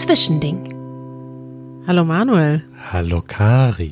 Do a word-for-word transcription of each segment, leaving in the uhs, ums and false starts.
Zwischending. Hallo Manuel. Hallo Kari.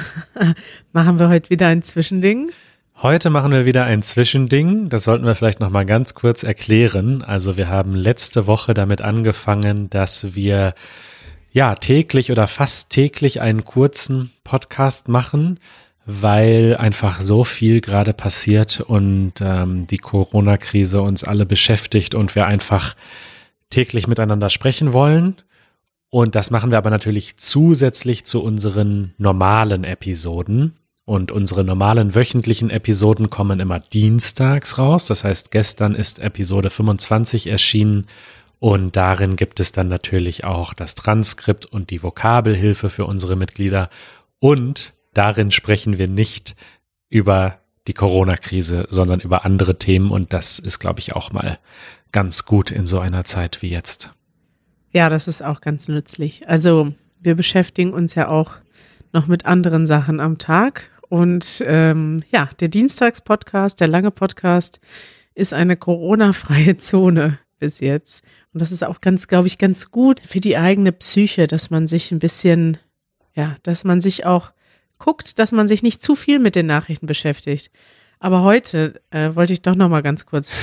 Machen wir heute wieder ein Zwischending? Heute machen wir wieder ein Zwischending. Das sollten wir vielleicht noch mal ganz kurz erklären. Also wir haben letzte Woche damit angefangen, dass wir ja täglich oder fast täglich einen kurzen Podcast machen, weil einfach so viel gerade passiert und ähm, die Corona-Krise uns alle beschäftigt und wir einfach täglich miteinander sprechen wollen. Und das machen wir aber natürlich zusätzlich zu unseren normalen Episoden. Und unsere normalen wöchentlichen Episoden kommen immer dienstags raus. Das heißt, gestern ist Episode fünfundzwanzig erschienen und darin gibt es dann natürlich auch das Transkript und die Vokabelhilfe für unsere Mitglieder. Und darin sprechen wir nicht über die Corona-Krise, sondern über andere Themen. Und das ist, glaube ich, auch mal ganz gut in so einer Zeit wie jetzt. Ja, das ist auch ganz nützlich. Also wir beschäftigen uns ja auch noch mit anderen Sachen am Tag. Und ähm, ja, der Dienstagspodcast, der lange Podcast, ist eine Corona-freie Zone bis jetzt. Und das ist auch ganz, glaube ich, ganz gut für die eigene Psyche, dass man sich ein bisschen, ja, dass man sich auch guckt, dass man sich nicht zu viel mit den Nachrichten beschäftigt. Aber heute äh, wollte ich doch noch mal ganz kurz.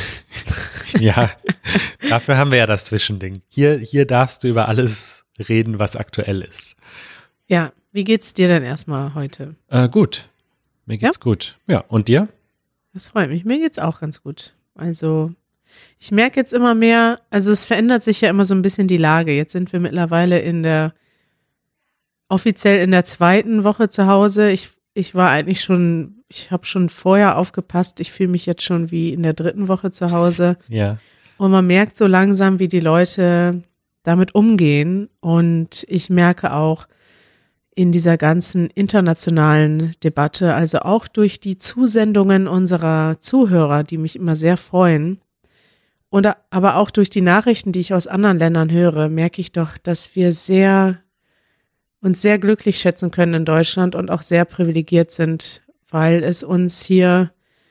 Ja, dafür haben wir ja das Zwischending. Hier, hier darfst du über alles reden, was aktuell ist. Ja, wie geht's dir denn erstmal heute? Äh, gut. Mir geht's ja? gut. Ja, und dir? Das freut mich. Mir geht's auch ganz gut. Also, ich merke jetzt immer mehr, also es verändert sich ja immer so ein bisschen die Lage. Jetzt sind wir mittlerweile in der, offiziell in der zweiten Woche zu Hause. Ich, ich war eigentlich schon, ich habe schon vorher aufgepasst. Ich fühle mich jetzt schon wie in der dritten Woche zu Hause. Ja. Und man merkt so langsam, wie die Leute damit umgehen. Und ich merke auch, in dieser ganzen internationalen Debatte, also auch durch die Zusendungen unserer Zuhörer, die mich immer sehr freuen, und aber auch durch die Nachrichten, die ich aus anderen Ländern höre, merke ich doch, dass wir sehr uns sehr glücklich schätzen können in Deutschland und auch sehr privilegiert sind, weil es uns hier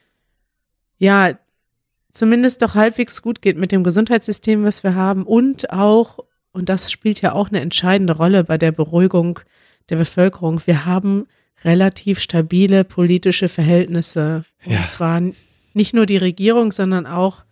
ja zumindest doch halbwegs gut geht mit dem Gesundheitssystem, was wir haben, und auch, und das spielt ja auch eine entscheidende Rolle bei der Beruhigung der Bevölkerung, wir haben relativ stabile politische Verhältnisse. Und ja. zwar nicht nur die Regierung, sondern auch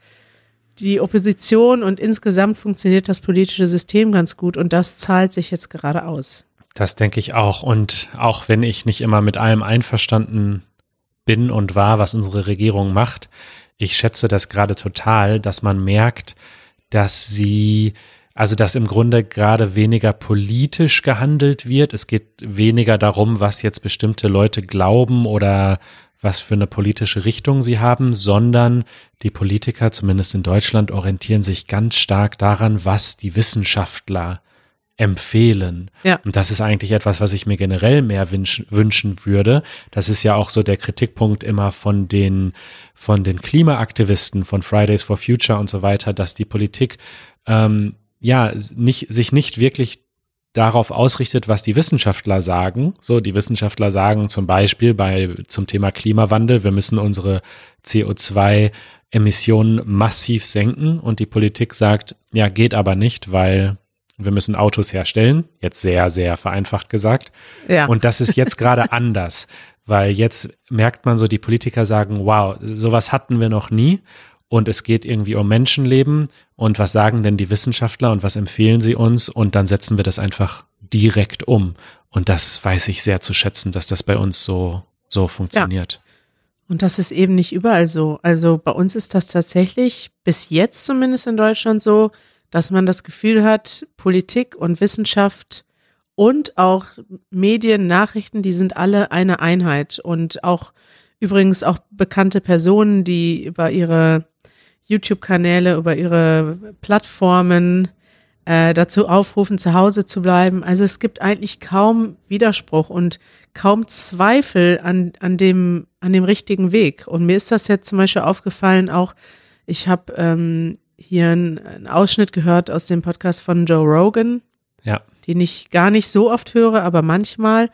die Opposition, und insgesamt funktioniert das politische System ganz gut und das zahlt sich jetzt gerade aus. Das denke ich auch, und auch wenn ich nicht immer mit allem einverstanden bin und war, was unsere Regierung macht, ich schätze das gerade total, dass man merkt, dass sie Also, dass im Grunde gerade weniger politisch gehandelt wird. Es geht weniger darum, was jetzt bestimmte Leute glauben oder was für eine politische Richtung sie haben, sondern die Politiker, zumindest in Deutschland, orientieren sich ganz stark daran, was die Wissenschaftler empfehlen. Ja. Und das ist eigentlich etwas, was ich mir generell mehr wünschen, wünschen würde. Das ist ja auch so der Kritikpunkt immer von den, von den Klimaaktivisten, von Fridays for Future und so weiter, dass die Politik ähm, ja, nicht, sich nicht wirklich darauf ausrichtet, was die Wissenschaftler sagen. So, die Wissenschaftler sagen zum Beispiel bei, zum Thema Klimawandel, wir müssen unsere C O zwei Emissionen massiv senken, und die Politik sagt, ja, geht aber nicht, weil wir müssen Autos herstellen. Jetzt sehr, sehr vereinfacht gesagt. Ja. Und das ist jetzt gerade anders, weil jetzt merkt man so, die Politiker sagen, wow, sowas hatten wir noch nie. Und es geht irgendwie um Menschenleben, und was sagen denn die Wissenschaftler und was empfehlen sie uns, und dann setzen wir das einfach direkt um. Und das weiß ich sehr zu schätzen, dass das bei uns so, so funktioniert. Ja. Und das ist eben nicht überall so. Also bei uns ist das tatsächlich bis jetzt zumindest in Deutschland so, dass man das Gefühl hat, Politik und Wissenschaft und auch Medien, Nachrichten, die sind alle eine Einheit. Und auch übrigens auch bekannte Personen, die über ihre YouTube-Kanäle, über ihre Plattformen äh, dazu aufrufen, zu Hause zu bleiben. Also es gibt eigentlich kaum Widerspruch und kaum Zweifel an, an, dem, an dem richtigen Weg. Und mir ist das jetzt zum Beispiel aufgefallen, auch ich habe ähm, hier einen, einen Ausschnitt gehört aus dem Podcast von Joe Rogan, ja. den ich gar nicht so oft höre, aber manchmal.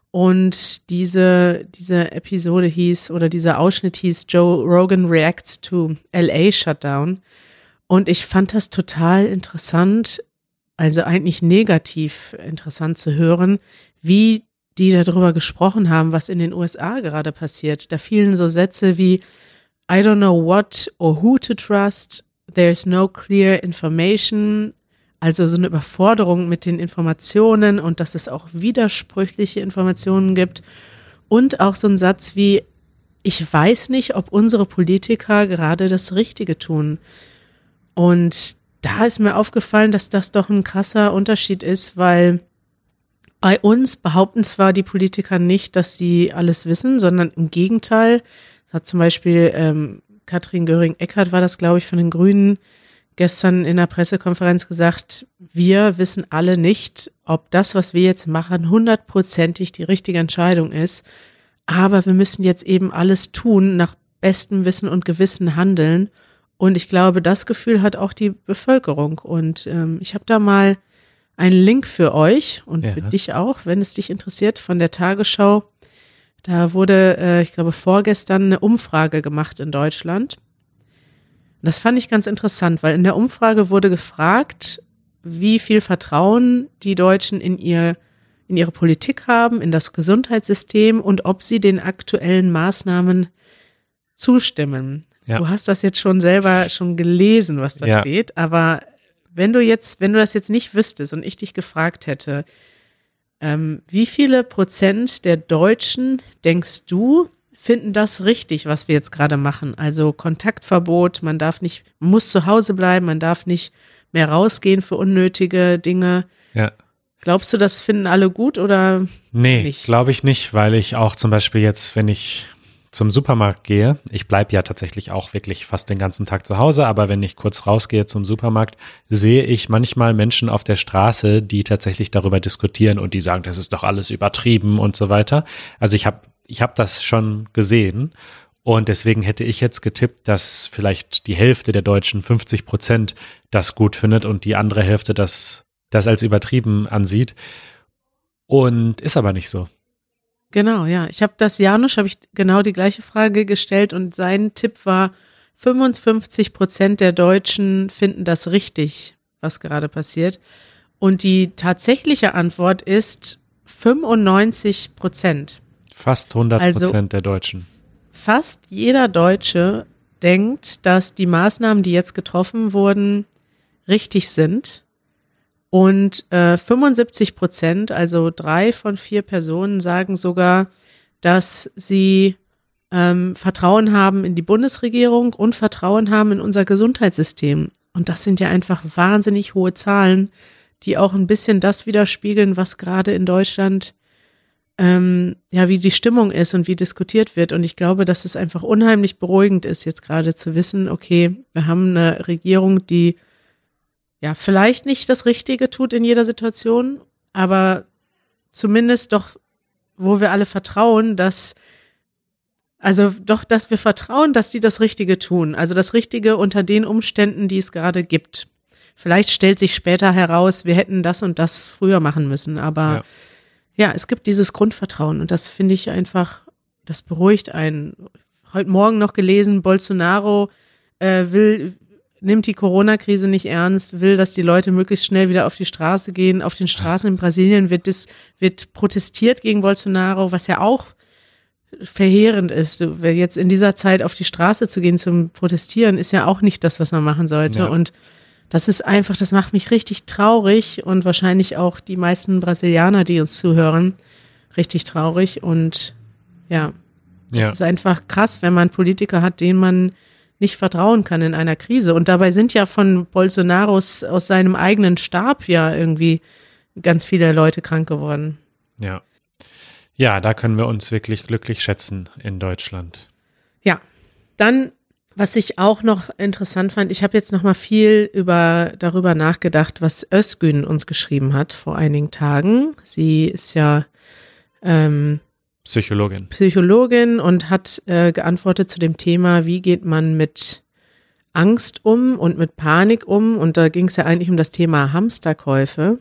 Und diese, diese Episode hieß, oder dieser Ausschnitt hieß, Joe Rogan reacts to L A Shutdown. Und ich fand das total interessant, also eigentlich negativ interessant zu hören, wie die darüber gesprochen haben, was in den U S A gerade passiert. Da fielen so Sätze wie I don't know what or who to trust, there's no clear information, also so eine Überforderung mit den Informationen und dass es auch widersprüchliche Informationen gibt und auch so ein Satz wie ich weiß nicht, ob unsere Politiker gerade das Richtige tun. Und da ist mir aufgefallen, dass das doch ein krasser Unterschied ist, weil bei uns behaupten zwar die Politiker nicht, dass sie alles wissen, sondern im Gegenteil. Das hat zum Beispiel ähm, Katrin Göring-Eckardt, war das, glaube ich, von den Grünen, gestern in der Pressekonferenz gesagt, wir wissen alle nicht, ob das, was wir jetzt machen, hundertprozentig die richtige Entscheidung ist. Aber wir müssen jetzt eben alles tun, nach bestem Wissen und Gewissen handeln. Und ich glaube, das Gefühl hat auch die Bevölkerung. Und ähm, ich habe da mal einen Link für euch und ja. für dich auch, wenn es dich interessiert, von der Tagesschau. Da wurde, äh, ich glaube, vorgestern eine Umfrage gemacht in Deutschland. Das fand ich ganz interessant, weil in der Umfrage wurde gefragt, wie viel Vertrauen die Deutschen in ihr in ihre Politik haben, in das Gesundheitssystem und ob sie den aktuellen Maßnahmen zustimmen. Ja. Du hast das jetzt schon selber schon gelesen, was da ja. steht, aber wenn du jetzt, wenn du das jetzt nicht wüsstest und ich dich gefragt hätte, ähm, wie viele Prozent der Deutschen, denkst du, finden das richtig, was wir jetzt gerade machen? Also Kontaktverbot, man darf nicht, man muss zu Hause bleiben, man darf nicht mehr rausgehen für unnötige Dinge. Ja. Glaubst du, das finden alle gut oder nee, nicht? Nee, glaube ich nicht, weil ich auch zum Beispiel jetzt, wenn ich zum Supermarkt gehe, ich bleibe ja tatsächlich auch wirklich fast den ganzen Tag zu Hause, aber wenn ich kurz rausgehe zum Supermarkt, sehe ich manchmal Menschen auf der Straße, die tatsächlich darüber diskutieren und die sagen, das ist doch alles übertrieben und so weiter. Also ich habe ich hab das schon gesehen und deswegen hätte ich jetzt getippt, dass vielleicht die Hälfte der Deutschen, fünfzig Prozent, das gut findet und die andere Hälfte das das als übertrieben ansieht und ist aber nicht so. Genau, ja. Ich habe das Janusz, habe ich genau die gleiche Frage gestellt und sein Tipp war, fünfundfünfzig Prozent der Deutschen finden das richtig, was gerade passiert. Und die tatsächliche Antwort ist fünfundneunzig Prozent. Fast hundert Prozent also der Deutschen. Fast jeder Deutsche denkt, dass die Maßnahmen, die jetzt getroffen wurden, richtig sind. Und äh, fünfundsiebzig Prozent, also drei von vier Personen, sagen sogar, dass sie ähm, Vertrauen haben in die Bundesregierung und Vertrauen haben in unser Gesundheitssystem. Und das sind ja einfach wahnsinnig hohe Zahlen, die auch ein bisschen das widerspiegeln, was gerade in Deutschland, ähm, ja, wie die Stimmung ist und wie diskutiert wird. Und ich glaube, dass es einfach unheimlich beruhigend ist, jetzt gerade zu wissen, okay, wir haben eine Regierung, die ja, vielleicht nicht das Richtige tut in jeder Situation, aber zumindest doch, wo wir alle vertrauen, dass, also doch, dass wir vertrauen, dass die das Richtige tun. Also das Richtige unter den Umständen, die es gerade gibt. Vielleicht stellt sich später heraus, wir hätten das und das früher machen müssen, aber ja, ja es gibt dieses Grundvertrauen und das finde ich einfach, das beruhigt einen. Heute Morgen noch gelesen, Bolsonaro äh, will nimmt die Corona-Krise nicht ernst, will, dass die Leute möglichst schnell wieder auf die Straße gehen. Auf den Straßen in Brasilien wird, dis, wird protestiert gegen Bolsonaro, was ja auch verheerend ist. Jetzt in dieser Zeit auf die Straße zu gehen zum Protestieren, ist ja auch nicht das, was man machen sollte. Ja. Und das ist einfach, das macht mich richtig traurig und wahrscheinlich auch die meisten Brasilianer, die uns zuhören, richtig traurig. Und ja, es ja. ist einfach krass, wenn man Politiker hat, denen man nicht vertrauen kann in einer Krise. Und dabei sind ja von Bolsonaros aus seinem eigenen Stab ja irgendwie ganz viele Leute krank geworden. Ja. Ja, da können wir uns wirklich glücklich schätzen in Deutschland. Ja, dann, was ich auch noch interessant fand, ich habe jetzt noch mal viel über darüber nachgedacht, was Özgün uns geschrieben hat vor einigen Tagen. Sie ist ja ähm, Psychologin. Psychologin und hat äh, geantwortet zu dem Thema, wie geht man mit Angst um und mit Panik um. Und da ging es ja eigentlich um das Thema Hamsterkäufe.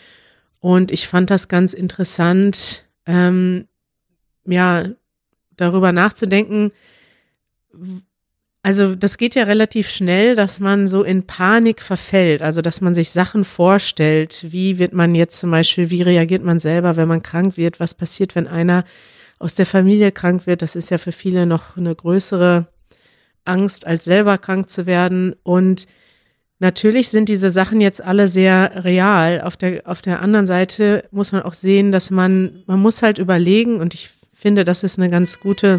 Und ich fand das ganz interessant, ähm, ja, darüber nachzudenken. Also das geht ja relativ schnell, dass man so in Panik verfällt, also dass man sich Sachen vorstellt, wie wird man jetzt zum Beispiel, wie reagiert man selber, wenn man krank wird, was passiert, wenn einer aus der Familie krank wird, das ist ja für viele noch eine größere Angst, als selber krank zu werden und natürlich sind diese Sachen jetzt alle sehr real. Auf der, auf der anderen Seite muss man auch sehen, dass man, man muss halt überlegen und ich finde, das ist eine ganz gute,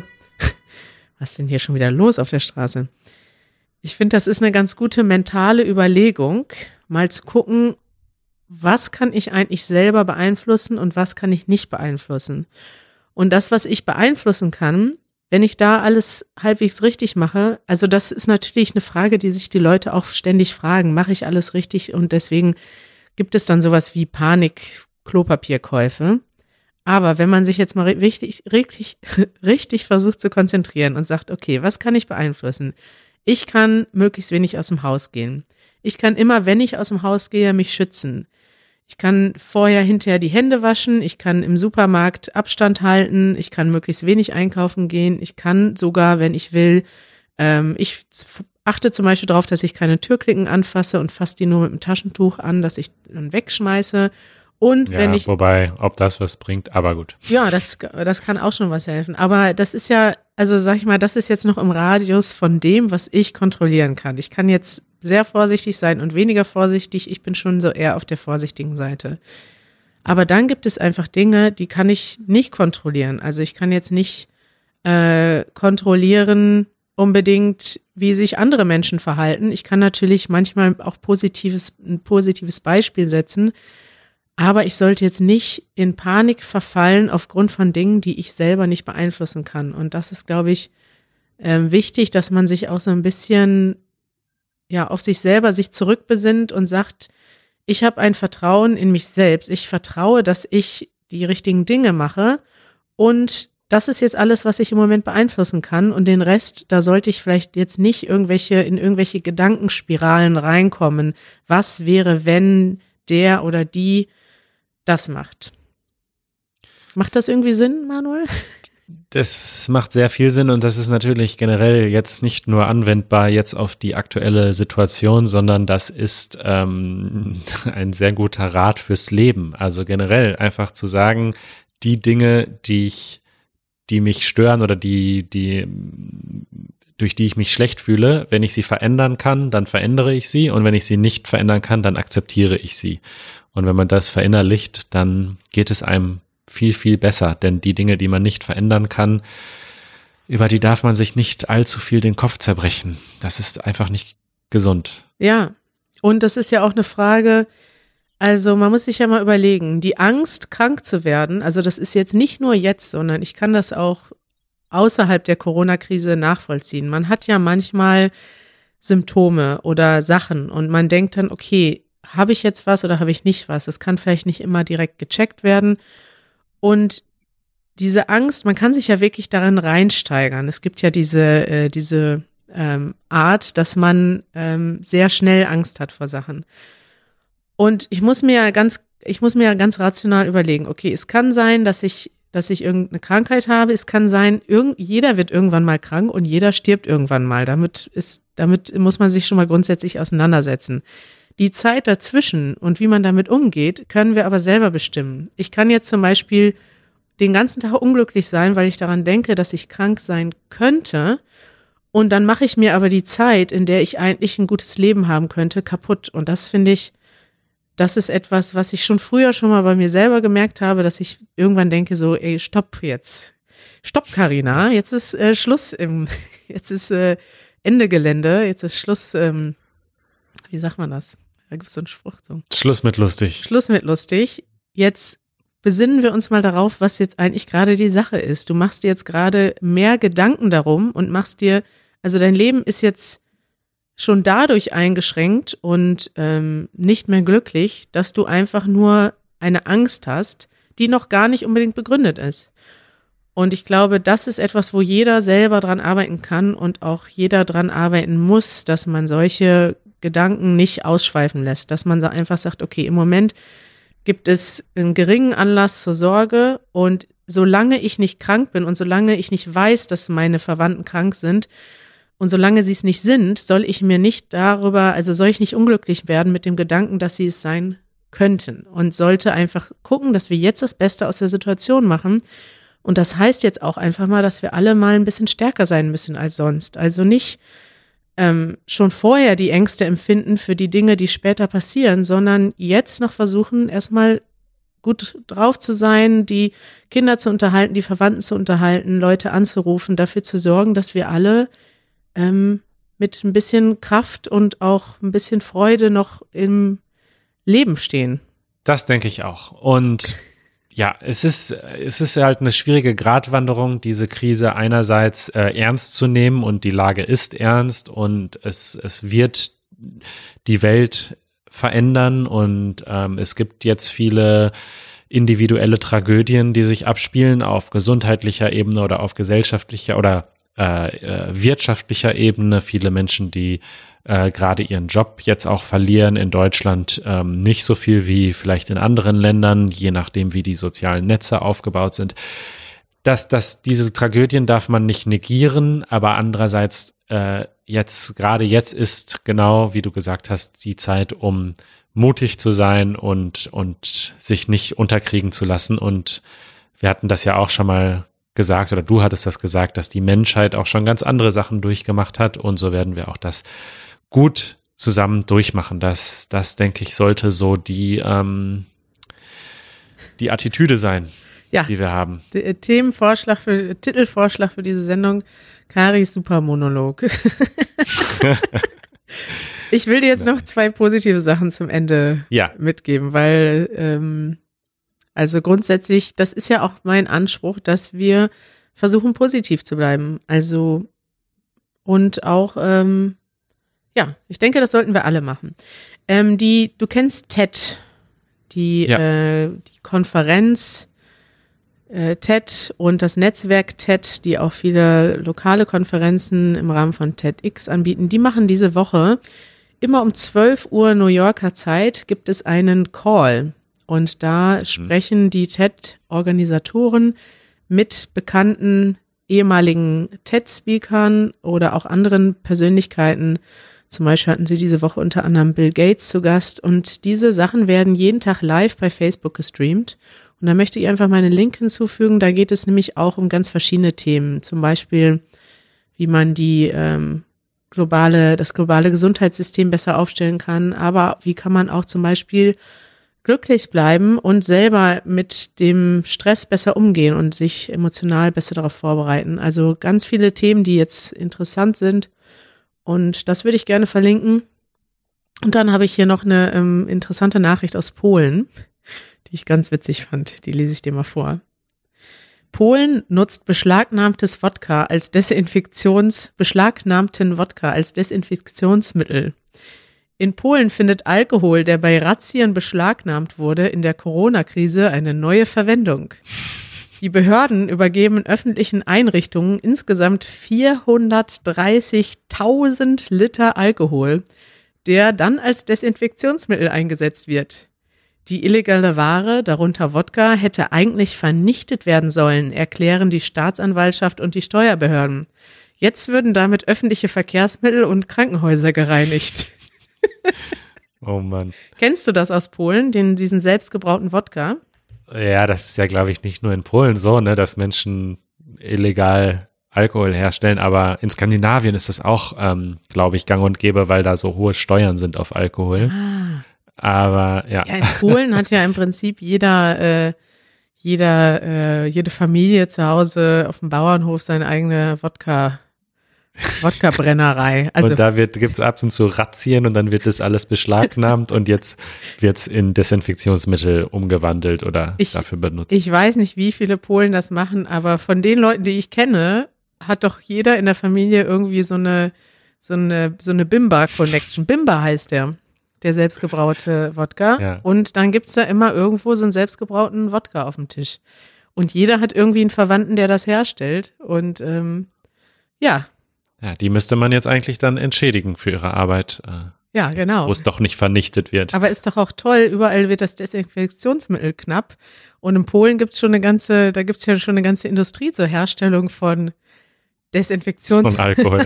was ist denn hier schon wieder los auf der Straße? Ich finde, das ist eine ganz gute mentale Überlegung, mal zu gucken, was kann ich eigentlich selber beeinflussen und was kann ich nicht beeinflussen. Und das, was ich beeinflussen kann, wenn ich da alles halbwegs richtig mache, also das ist natürlich eine Frage, die sich die Leute auch ständig fragen, mache ich alles richtig? Und deswegen gibt es dann sowas wie Panik-Klopapierkäufe. Aber wenn man sich jetzt mal richtig, richtig, richtig versucht zu konzentrieren und sagt, okay, was kann ich beeinflussen? Ich kann möglichst wenig aus dem Haus gehen. Ich kann immer, wenn ich aus dem Haus gehe, mich schützen. Ich kann vorher, hinterher die Hände waschen. Ich kann im Supermarkt Abstand halten. Ich kann möglichst wenig einkaufen gehen. Ich kann sogar, wenn ich will, ähm, ich achte zum Beispiel darauf, dass ich keine Türklicken anfasse und fasse die nur mit dem Taschentuch an, dass ich dann wegschmeiße. Und ja, wenn ich, wobei, ob das was bringt, aber gut. Ja, das, das kann auch schon was helfen. Aber das ist ja, also sag ich mal, das ist jetzt noch im Radius von dem, was ich kontrollieren kann. Ich kann jetzt sehr vorsichtig sein und weniger vorsichtig. Ich bin schon so eher auf der vorsichtigen Seite. Aber dann gibt es einfach Dinge, die kann ich nicht kontrollieren. Also ich kann jetzt nicht äh, kontrollieren unbedingt, wie sich andere Menschen verhalten. Ich kann natürlich manchmal auch positives, ein positives Beispiel setzen. Aber ich sollte jetzt nicht in Panik verfallen aufgrund von Dingen, die ich selber nicht beeinflussen kann. Und das ist, glaube ich, äh, wichtig, dass man sich auch so ein bisschen ja auf sich selber sich zurückbesinnt und sagt, ich habe ein Vertrauen in mich selbst. Ich vertraue, dass ich die richtigen Dinge mache. Und das ist jetzt alles, was ich im Moment beeinflussen kann. Und den Rest, da sollte ich vielleicht jetzt nicht irgendwelche in irgendwelche Gedankenspiralen reinkommen. Was wäre, wenn der oder die das macht. Macht das irgendwie Sinn, Manuel? Das macht sehr viel Sinn und das ist natürlich generell jetzt nicht nur anwendbar jetzt auf die aktuelle Situation, sondern das ist ähm, ein sehr guter Rat fürs Leben. Also generell einfach zu sagen, die Dinge, die ich, die mich stören oder die, die durch die ich mich schlecht fühle, wenn ich sie verändern kann, dann verändere ich sie und wenn ich sie nicht verändern kann, dann akzeptiere ich sie. Und wenn man das verinnerlicht, dann geht es einem viel, viel besser. Denn die Dinge, die man nicht verändern kann, über die darf man sich nicht allzu viel den Kopf zerbrechen. Das ist einfach nicht gesund. Ja, und das ist ja auch eine Frage, also man muss sich ja mal überlegen, die Angst, krank zu werden, also das ist jetzt nicht nur jetzt, sondern ich kann das auch außerhalb der Corona-Krise nachvollziehen. Man hat ja manchmal Symptome oder Sachen und man denkt dann, okay, habe ich jetzt was oder habe ich nicht was? Es kann vielleicht nicht immer direkt gecheckt werden. Und diese Angst, man kann sich ja wirklich darin reinsteigern. Es gibt ja diese, äh, diese ähm, Art, dass man ähm, sehr schnell Angst hat vor Sachen. Und ich muss mir ja ganz, ich muss mir ja ganz rational überlegen, okay, es kann sein, dass ich, dass ich irgendeine Krankheit habe. Es kann sein, irgend, jeder wird irgendwann mal krank und jeder stirbt irgendwann mal. Damit ist, damit muss man sich schon mal grundsätzlich auseinandersetzen. Die Zeit dazwischen und wie man damit umgeht, können wir aber selber bestimmen. Ich kann jetzt zum Beispiel den ganzen Tag unglücklich sein, weil ich daran denke, dass ich krank sein könnte. Und dann mache ich mir aber die Zeit, in der ich eigentlich ein gutes Leben haben könnte, kaputt. Und das finde ich, das ist etwas, was ich schon früher schon mal bei mir selber gemerkt habe, dass ich irgendwann denke so, ey, stopp jetzt. Stopp, Carina. Jetzt ist äh, Schluss im, jetzt ist äh, Ende Gelände. Jetzt ist Schluss, ähm, wie sagt man das? Da gibt es so einen Spruch. So. Schluss mit lustig. Schluss mit lustig. Jetzt besinnen wir uns mal darauf, was jetzt eigentlich gerade die Sache ist. Du machst dir jetzt gerade mehr Gedanken darum und machst dir, also dein Leben ist jetzt schon dadurch eingeschränkt und ähm, nicht mehr glücklich, dass du einfach nur eine Angst hast, die noch gar nicht unbedingt begründet ist. Und ich glaube, das ist etwas, wo jeder selber dran arbeiten kann und auch jeder dran arbeiten muss, dass man solche Gedanken nicht ausschweifen lässt, dass man da einfach sagt, okay, im Moment gibt es einen geringen Anlass zur Sorge und solange ich nicht krank bin und solange ich nicht weiß, dass meine Verwandten krank sind Und solange sie es nicht sind, soll ich mir nicht darüber, also soll ich nicht unglücklich werden mit dem Gedanken, dass sie es sein könnten. Und sollte einfach gucken, dass wir jetzt das Beste aus der Situation machen. Und das heißt jetzt auch einfach mal, dass wir alle mal ein bisschen stärker sein müssen als sonst. Also nicht ähm, schon vorher die Ängste empfinden für die Dinge, die später passieren, sondern jetzt noch versuchen, erstmal gut drauf zu sein, die Kinder zu unterhalten, die Verwandten zu unterhalten, Leute anzurufen, dafür zu sorgen, dass wir alle ähm, mit ein bisschen Kraft und auch ein bisschen Freude noch im Leben stehen. Das denke ich auch. Und ja, es ist, es ist halt eine schwierige Gratwanderung, diese Krise einerseits äh, ernst zu nehmen, und die Lage ist ernst, und es, es wird die Welt verändern, und ähm, es gibt jetzt viele individuelle Tragödien, die sich abspielen auf gesundheitlicher Ebene oder auf gesellschaftlicher oder äh, äh, wirtschaftlicher Ebene. Viele Menschen, die äh, gerade ihren Job jetzt auch verlieren, in Deutschland ähm, nicht so viel wie vielleicht in anderen Ländern, je nachdem, wie die sozialen Netze aufgebaut sind. Dass, dass diese Tragödien darf man nicht negieren, aber andererseits äh, jetzt, gerade jetzt ist genau, wie du gesagt hast, die Zeit, um mutig zu sein und, und sich nicht unterkriegen zu lassen. Und wir hatten das ja auch schon mal gesagt, oder du hattest das gesagt, dass die Menschheit auch schon ganz andere Sachen durchgemacht hat, und so werden wir auch das gut zusammen durchmachen. Das, das denke ich, sollte so die, ähm, die Attitüde sein, ja, die wir haben. D- Themenvorschlag für, Titelvorschlag für diese Sendung: Karis Supermonolog. Ich will dir jetzt noch zwei positive Sachen zum Ende ja. mitgeben, weil ähm, also grundsätzlich, das ist ja auch mein Anspruch, dass wir versuchen, positiv zu bleiben. Also und auch, ähm, ja, ich denke, das sollten wir alle machen. Ähm, die, du kennst TED, die, ja. äh, die Konferenz äh, TED und das Netzwerk TED, die auch viele lokale Konferenzen im Rahmen von TEDx anbieten. Die machen diese Woche immer um zwölf Uhr New Yorker Zeit gibt es einen Call. Und da sprechen die TED-Organisatoren mit bekannten ehemaligen TED-Speakern oder auch anderen Persönlichkeiten. Zum Beispiel hatten sie diese Woche unter anderem Bill Gates zu Gast. Und diese Sachen werden jeden Tag live bei Facebook gestreamt. Und da möchte ich einfach mal einen Link hinzufügen. Da geht es nämlich auch um ganz verschiedene Themen. Zum Beispiel, wie man die ähm, globale, das globale Gesundheitssystem besser aufstellen kann. Aber wie kann man auch zum Beispiel glücklich bleiben und selber mit dem Stress besser umgehen und sich emotional besser darauf vorbereiten. Also ganz viele Themen, die jetzt interessant sind, und das würde ich gerne verlinken. Und dann habe ich hier noch eine ähm, interessante Nachricht aus Polen, die ich ganz witzig fand. Die lese ich dir mal vor. Polen nutzt beschlagnahmtes Wodka als Desinfektions, beschlagnahmten Wodka als Desinfektionsmittel. In Polen findet Alkohol, der bei Razzien beschlagnahmt wurde, in der Corona-Krise eine neue Verwendung. Die Behörden übergeben öffentlichen Einrichtungen insgesamt vierhundertdreißigtausend Liter Alkohol, der dann als Desinfektionsmittel eingesetzt wird. Die illegale Ware, darunter Wodka, hätte eigentlich vernichtet werden sollen, erklären die Staatsanwaltschaft und die Steuerbehörden. Jetzt würden damit öffentliche Verkehrsmittel und Krankenhäuser gereinigt. Oh Mann. Kennst du das aus Polen, den, diesen selbstgebrauten Wodka? Ja, das ist ja, glaube ich, nicht nur in Polen so, ne, dass Menschen illegal Alkohol herstellen, aber in Skandinavien ist das auch, ähm, glaube ich, gang und gäbe, weil da so hohe Steuern sind auf Alkohol. Ah. Aber ja. Ja, in Polen hat ja im Prinzip jeder, äh, jeder, äh, jede Familie zu Hause auf dem Bauernhof seine eigene Wodka Wodka-Brennerei. Also, und da wird, gibt's ab und zu Razzien, und dann wird das alles beschlagnahmt und jetzt wird's in Desinfektionsmittel umgewandelt oder ich, dafür benutzt. Ich weiß nicht, wie viele Polen das machen, aber von den Leuten, die ich kenne, hat doch jeder in der Familie irgendwie so eine, so eine, so eine Bimba-Connection. Bimba heißt der, der selbstgebraute Wodka. Ja. Und dann gibt's da immer irgendwo so einen selbstgebrauten Wodka auf dem Tisch. Und jeder hat irgendwie einen Verwandten, der das herstellt. Und ähm, ja, Ja, die müsste man jetzt eigentlich dann entschädigen für ihre Arbeit. Äh, ja, genau. Jetzt, wo es doch nicht vernichtet wird. Aber ist doch auch toll, überall wird das Desinfektionsmittel knapp. Und in Polen gibt es schon eine ganze, da gibt es ja schon eine ganze Industrie zur Herstellung von Desinfektionsmittel. Von Alkohol.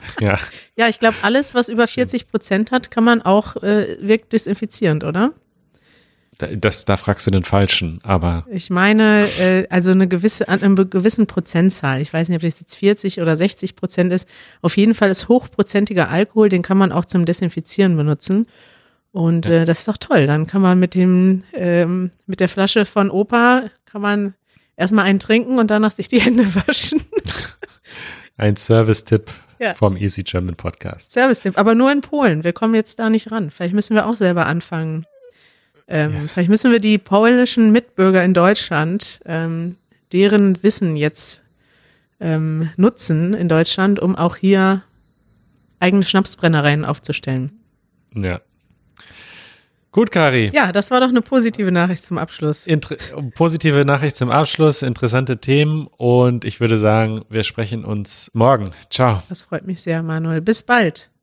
Ja, Ja, ich glaube, alles, was über vierzig Prozent hat, kann man auch, äh, wirkt desinfizierend, oder? das, da fragst du den Falschen, aber Ich meine, äh, also eine gewisse, an einer gewissen Prozentzahl, ich weiß nicht, ob das jetzt vierzig oder sechzig Prozent ist, auf jeden Fall ist hochprozentiger Alkohol, den kann man auch zum Desinfizieren benutzen. Und Ja. äh, das ist doch toll. Dann kann man mit dem, ähm, mit der Flasche von Opa, kann man erstmal einen trinken und danach sich die Hände waschen. ein Service-Tipp Ja. vom Easy German Podcast. Service-Tipp, aber nur in Polen. Wir kommen jetzt da nicht ran. Vielleicht müssen wir auch selber anfangen. Ähm, Ja. Vielleicht müssen wir die polnischen Mitbürger in Deutschland, ähm, deren Wissen jetzt ähm, nutzen in Deutschland, um auch hier eigene Schnapsbrennereien aufzustellen. Ja. Gut, Kari. Ja, das war doch eine positive Nachricht zum Abschluss. Inter- positive Nachricht zum Abschluss, interessante Themen und ich würde sagen, wir sprechen uns morgen. Ciao. Das freut mich sehr, Manuel. Bis bald.